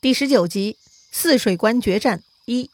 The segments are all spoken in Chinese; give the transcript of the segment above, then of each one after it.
第19集泗水关决战1。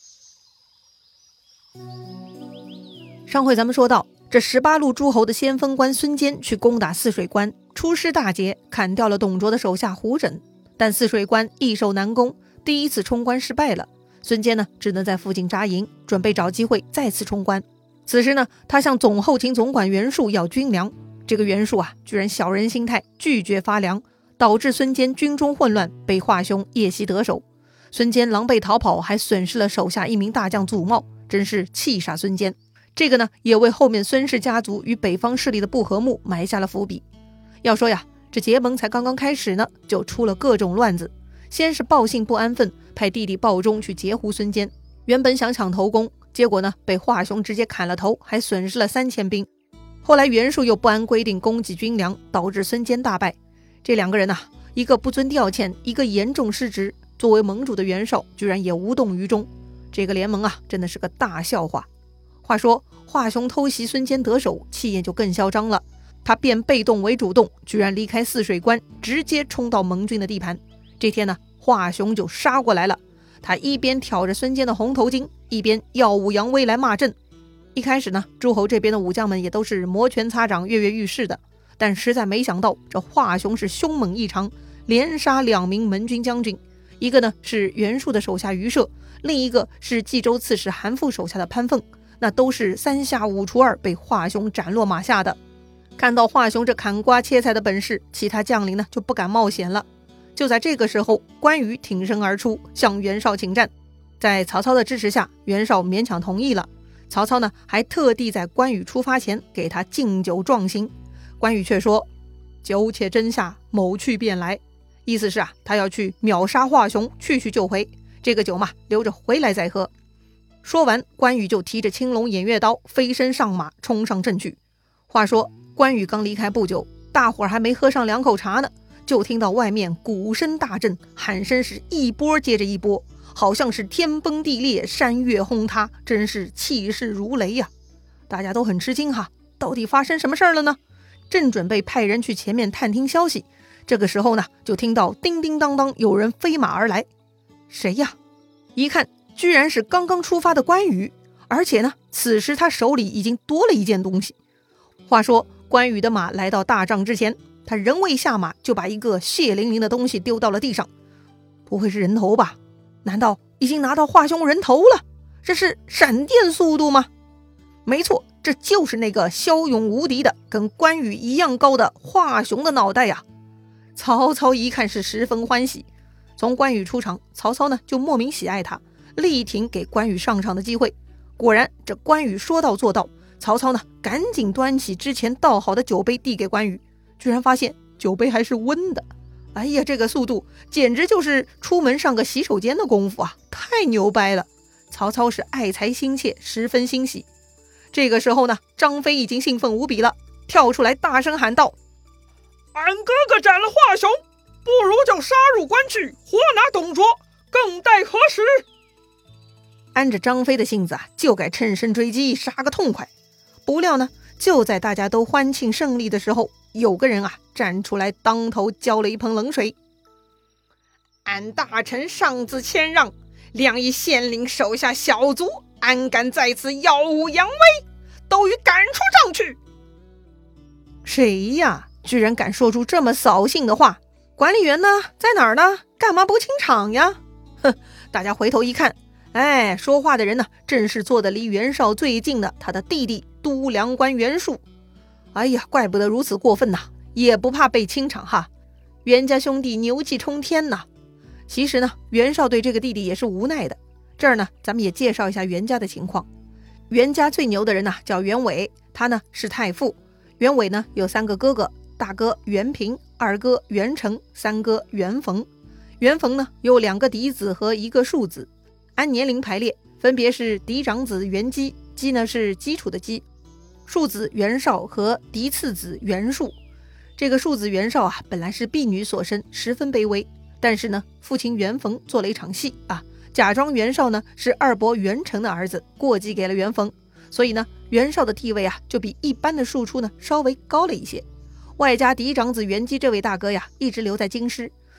上回咱们说到，这18路诸侯的先锋官孙坚去攻打泗水关，出师大捷，砍掉了董卓的手下胡轸，但泗水关易守难攻，第一次冲关失败了。孙坚呢，只能在附近扎营，准备找机会再次冲关。此时呢，他向总后勤总管袁术要军粮，这个袁术居然小人心态，拒绝发粮，导致孙坚军中混乱，被华雄夜袭得手。孙坚狼狈逃跑，还损失了手下一名大将祖茂，真是气杀孙坚。这个呢，也为后面孙氏家族与北方势力的不和睦埋下了伏笔。要说呀，这结盟才刚刚开始呢，就出了各种乱子。先是鲍信不安分，派弟弟鲍忠去截胡孙坚，原本想抢头功，结果呢，被华雄直接砍了头，还损失了3000兵。后来袁术又不按规定供给军粮，导致孙坚大败。这两个人一个不遵调遣，一个严重失职，作为盟主的袁绍居然也无动于衷。这个联盟真的是个大笑话。话说华雄偷袭孙坚得手，气焰就更嚣张了，他变被动为主动，居然离开泗水关，直接冲到盟军的地盘。这天呢，华雄就杀过来了，他一边挑着孙坚的红头巾，一边耀武扬威来骂阵。一开始呢，诸侯这边的武将们也都是摩拳擦掌，跃跃欲试的，但实在没想到这华雄是凶猛异常，连杀2名门军将军，一个呢是袁术的手下于涉，另一个是冀州刺史韩馥手下的潘凤，那都是3下5除2被华雄斩落马下的。看到华雄这砍瓜切菜的本事，其他将领呢就不敢冒险了。就在这个时候，关羽挺身而出，向袁绍请战。在曹操的支持下，袁绍勉强同意了。曹操呢，还特地在关羽出发前给他敬酒壮行。关羽却说：“酒且斟下，某去便来。”意思是他要去秒杀华雄，去就回。这个酒嘛，留着回来再喝。说完，关羽就提着青龙偃月刀，飞身上马，冲上阵去。话说关羽刚离开不久，大伙儿还没喝上2口茶呢，就听到外面鼓声大震，喊声是一波接着一波，好像是天崩地裂，山岳轰塌，真是气势如雷呀。大家都很吃惊到底发生什么事儿了呢？正准备派人去前面探听消息，这个时候呢，就听到叮叮当当有人飞马而来。谁呀？一看居然是刚刚出发的关羽，而且呢，此时他手里已经多了一件东西。话说关羽的马来到大帐之前，他仍未下马，就把一个血淋淋的东西丢到了地上。不会是人头吧？难道已经拿到华雄人头了？这是闪电速度吗？没错，这就是那个骁勇无敌的跟关羽一样高的华雄的脑袋呀。曹操一看是十分欢喜，从关羽出场，曹操呢就莫名喜爱他，力挺给关羽上场的机会。果然这关羽说到做到，曹操呢赶紧端起之前倒好的酒杯递给关羽，居然发现酒杯还是温的。哎呀，这个速度简直就是出门上个洗手间的功夫太牛掰了。曹操是爱才心切，十分欣喜。这个时候呢，张飞已经兴奋无比了，跳出来大声喊道：“ 俺哥哥斩了华雄，不如就杀入关去，活拿董卓，更待何时？” 按着张飞的性子就该趁胜追击，杀个痛快。不料呢，就在大家都欢庆胜利的时候，有个人站出来，当头浇了一盆冷水。俺大臣上自谦让，谅以县令手下小卒，安敢在此耀武扬威，都与赶出帐去。谁呀？居然敢说出这么扫兴的话？管理员呢？在哪儿呢？干嘛不清场呀？哼！大家回头一看，说话的人呢，正是坐得离袁绍最近的他的弟弟都梁官袁术。哎呀，怪不得如此过分也不怕被清场袁家兄弟牛气冲天其实呢，袁绍对这个弟弟也是无奈的。这儿呢，咱们也介绍一下袁家的情况。袁家最牛的人叫袁伟，他呢是太傅。袁伟呢有3个哥哥，大哥袁平，二哥袁成，三哥袁逢。袁逢呢有2个嫡子和1个庶子，按年龄排列，分别是嫡长子袁基，基呢是基础的基，庶子袁绍和嫡次子袁术。这个庶子袁绍本来是婢女所生，十分卑微，但是呢，父亲袁逢做了一场戏假装袁绍呢是二伯袁成的儿子，过继给了袁逢，所以呢，袁绍的地位就比一般的庶出呢稍微高了一些。外加嫡长子袁基这位大哥一直留在京师，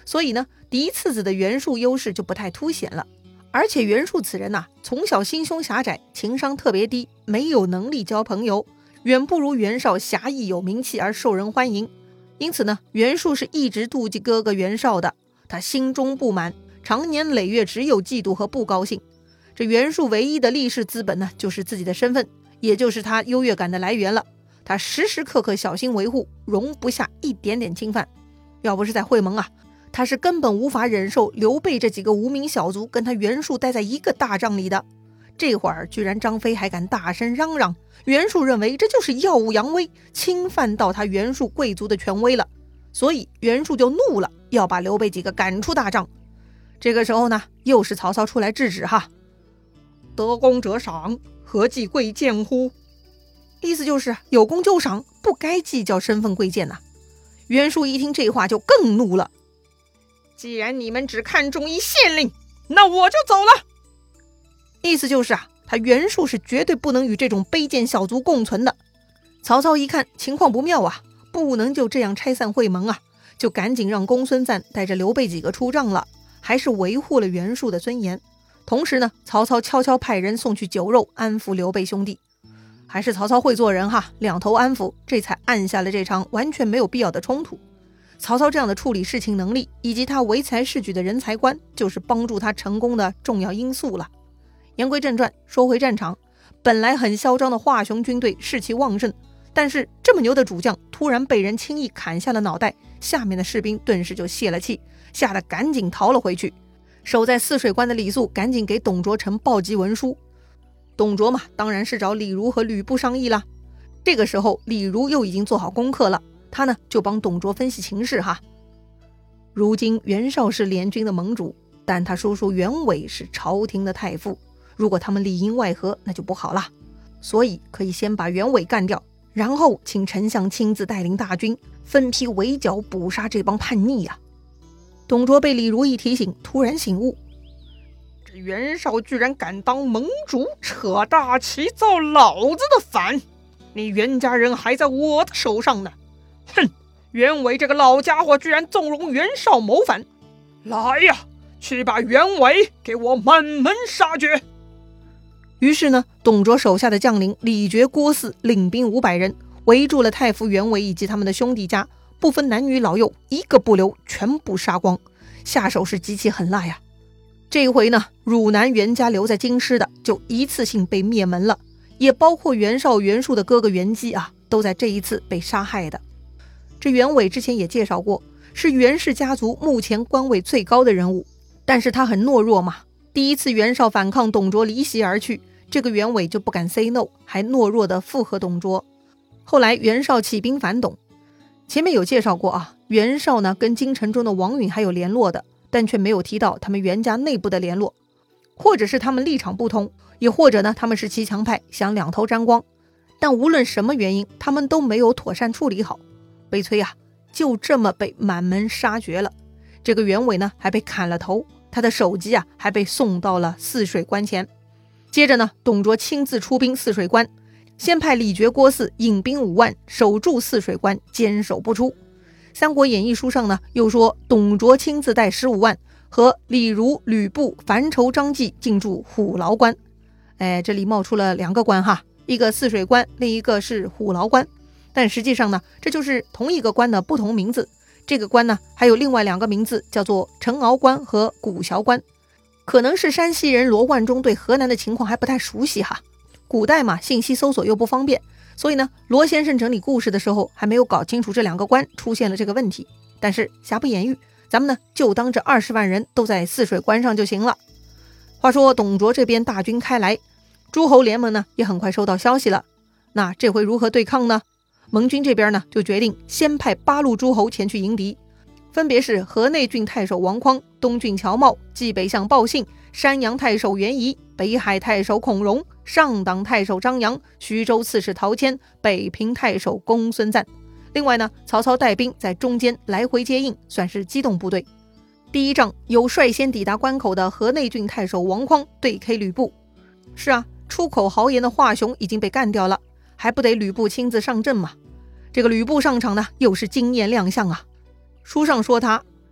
所以呢，嫡次子的袁术优势就不太凸显了。而且袁术此人从小心胸狭窄，情商特别低，没有能力交朋友，远不如袁绍侠义有名气而受人欢迎。因此呢，袁术是一直妒忌哥哥袁绍的，他心中不满，长年累月只有嫉妒和不高兴。这袁术唯一的立世资本呢，就是自己的身份，也就是他优越感的来源了。他时时刻刻小心维护，容不下一点点侵犯。要不是在会盟他是根本无法忍受刘备这几个无名小卒跟他袁术待在一个大帐里的。这会儿居然张飞还敢大声嚷嚷，袁术认为这就是耀武扬威，侵犯到他袁术贵族的权威了，所以袁术就怒了，要把刘备几个赶出大帐。这个时候呢，又是曹操出来制止得功者赏，何计贵贱乎？意思就是有功就赏，不该计较身份贵贱袁术一听这话就更怒了，既然你们只看重一县令，那我就走了。意思就是他袁术是绝对不能与这种卑贱小卒共存的。曹操一看情况不妙不能就这样拆散会盟就赶紧让公孙瓒带着刘备几个出帐了，还是维护了袁术的尊严。同时呢，曹操悄悄派人送去酒肉安抚刘备兄弟。还是曹操会做人两头安抚，这才按下了这场完全没有必要的冲突。曹操这样的处理事情能力，以及他唯才是举的人才观，就是帮助他成功的重要因素了。言归正传，说回战场，本来很嚣张的华雄军队士气旺盛，但是这么牛的主将突然被人轻易砍下了脑袋，下面的士兵顿时就泄了气，吓得赶紧逃了回去。守在泗水关的李肃赶紧给董卓呈报急文书。董卓嘛，当然是找李儒和吕布商议了。这个时候李儒又已经做好功课了，他呢就帮董卓分析情势如今袁绍是联军的盟主，但他叔叔袁伟是朝廷的太傅，如果他们里应外合，那就不好了。所以可以先把袁伟干掉，然后请丞相亲自带领大军分批围剿捕杀这帮叛逆董卓被李儒一提醒，突然醒悟，这袁绍居然敢当盟主，扯大旗造老子的反，你袁家人还在我的手上呢。哼，袁伟这个老家伙居然纵容袁绍谋反，来呀，去把袁伟给我满门杀绝。于是呢，董卓手下的将领李傕、郭汜领兵500人，围住了太傅袁伟以及他们的兄弟家，不分男女老幼，一个不留，全部杀光。下手是极其狠辣呀。这一回呢，汝南袁家留在京师的就一次性被灭门了，也包括袁绍、袁术的哥哥袁基都在这一次被杀害的。这袁伟之前也介绍过，是袁氏家族目前官位最高的人物，但是他很懦弱嘛。第一次袁绍反抗董卓离席而去，这个袁伟就不敢 say no， 还懦弱地附和董卓。后来袁绍起兵反董，前面有介绍过袁绍呢跟京城中的王允还有联络的，但却没有提到他们袁家内部的联络，或者是他们立场不同，也或者呢他们是骑墙派，想两头沾光。但无论什么原因，他们都没有妥善处理好，悲催就这么被满门杀绝了。这个袁伟呢还被砍了头，他的首级还被送到了泗水关前。接着呢，董卓亲自出兵泗水关，先派李傕、郭汜引兵5万守住泗水关，坚守不出。三国演义书上呢又说，董卓亲自带15万和李儒、吕布、樊稠、张济进驻虎牢关。这里冒出了2个关一个泗水关，另一个是虎牢关。但实际上呢，这就是同一个关的不同名字。这个关呢还有另外2个名字，叫做陈敖关和古桥关。可能是山西人罗贯中对河南的情况还不太熟悉古代嘛，信息搜索又不方便，所以呢，罗先生整理故事的时候还没有搞清楚这2个关出现了这个问题。但是瑕不掩瑜，咱们呢就当这20万人都在泗水关上就行了。话说董卓这边大军开来，诸侯联盟呢也很快收到消息了。那这回如何对抗呢？盟军这边呢就决定先派8路诸侯前去迎敌，分别是河内郡太守王匡、东郡乔瑁、冀北相鲍信、山阳太守袁仪、北海太守孔融、上党太守张扬、徐州刺史陶谦、北平太守公孙瓒。另外呢，曹操带兵在中间来回接应，算是机动部队。第一仗有率先抵达关口的河内郡太守王匡对 K 吕布。是出口豪言的华雄已经被干掉了，还不得吕布亲自上阵嘛？这个吕布上场呢，又是惊艳亮相书上说他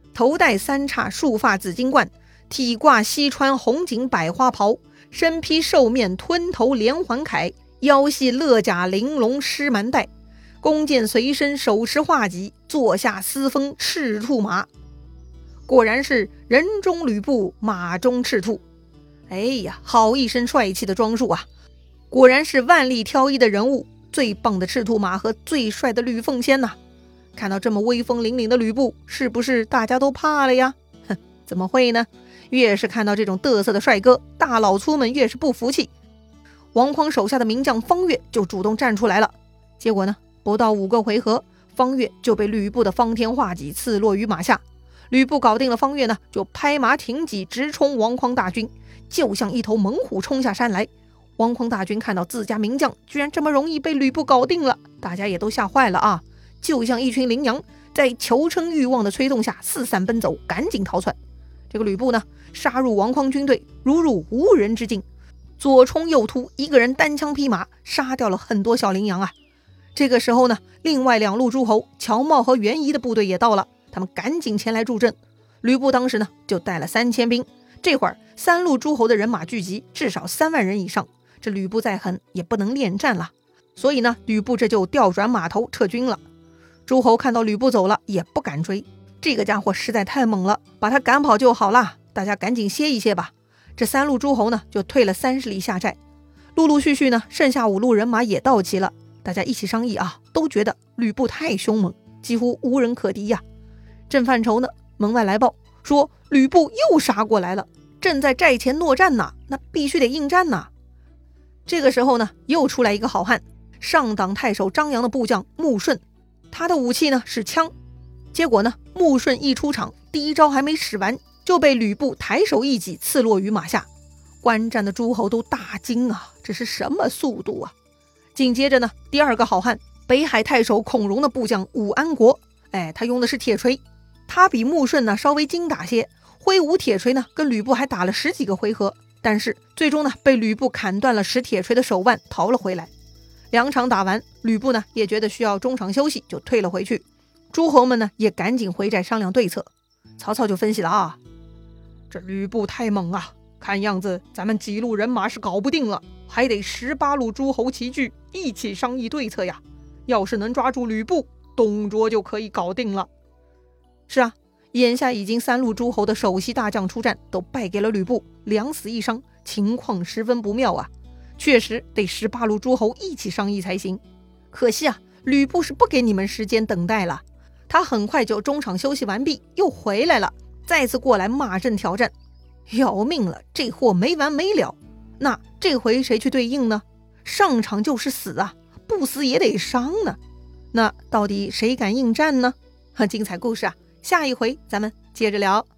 头戴三叉束发紫金冠，体挂西川红锦百花袍，身披兽面吞头连环铠，腰系勒甲玲珑狮蛮带，弓箭随身，手持画戟，坐下司风赤兔马。果然是人中吕布，马中赤兔。哎呀，好一身帅气的装束啊！果然是万里挑一的人物，最棒的赤兔马和最帅的吕奉先呐！看到这么威风凛凛的吕布，是不是大家都怕了呀？哼，怎么会呢？越是看到这种嘚瑟的帅哥，大老粗们越是不服气。王匡手下的名将方悦就主动站出来了，结果呢，不到5个回合，方悦就被吕布的方天画戟刺落于马下。吕布搞定了方悦呢，就拍马挺戟直冲王匡大军，就像一头猛虎冲下山来。王匡大军看到自家名将居然这么容易被吕布搞定了，大家也都吓坏了啊！就像一群羚羊在求生欲望的催动下四散奔走，赶紧逃窜。这个吕布呢，杀入王匡军队如入无人之境，左冲右突，一个人单枪匹马杀掉了很多小羚羊啊！这个时候呢，另外2路诸侯乔瑁和袁仪的部队也到了，他们赶紧前来助阵。吕布当时呢就带了3000兵，这会儿3路诸侯的人马聚集，至少3万人以上。这吕布再狠也不能恋战了，所以呢，吕布这就调转马头撤军了。诸侯看到吕布走了，也不敢追，这个家伙实在太猛了，把他赶跑就好了，大家赶紧歇一歇吧。这3路诸侯呢就退了30里下寨，陆陆续续呢，剩下5路人马也到齐了。大家一起商议啊，都觉得吕布太凶猛，几乎无人可敌呀。正犯愁呢，门外来报说吕布又杀过来了，正在寨前诺战呢，那必须得应战呐。这个时候呢，又出来一个好汉，上党太守张扬的部将穆顺，他的武器呢是枪。结果呢，穆顺一出场，第一招还没使完，就被吕布抬手一戟刺落于马下。观战的诸侯都大惊啊，这是什么速度啊！紧接着呢，第2个好汉，北海太守孔融的部将武安国，他用的是铁锤，他比穆顺呢稍微精打些，挥舞铁锤呢跟吕布还打了10几个回合，但是最终呢被吕布砍断了使铁锤的手腕，逃了回来。2场打完，吕布呢也觉得需要中场休息，就退了回去。诸侯们呢也赶紧回寨商量对策。曹操就分析了啊，这吕布太猛啊，看样子咱们几路人马是搞不定了，还得18路诸侯齐聚，一起商议对策呀。要是能抓住吕布，董卓就可以搞定了。是啊，眼下已经3路诸侯的首席大将出战，都败给了吕布，2死1伤，情况十分不妙啊。确实得18路诸侯一起商议才行。可惜啊，吕布是不给你们时间等待了，他很快就中场休息完毕，又回来了，再次过来骂阵挑战。要命了，这货没完没了。那这回谁去对应呢？上场就是死啊，不死也得伤呢。那到底谁敢应战呢？精彩故事啊，下一回咱们接着聊。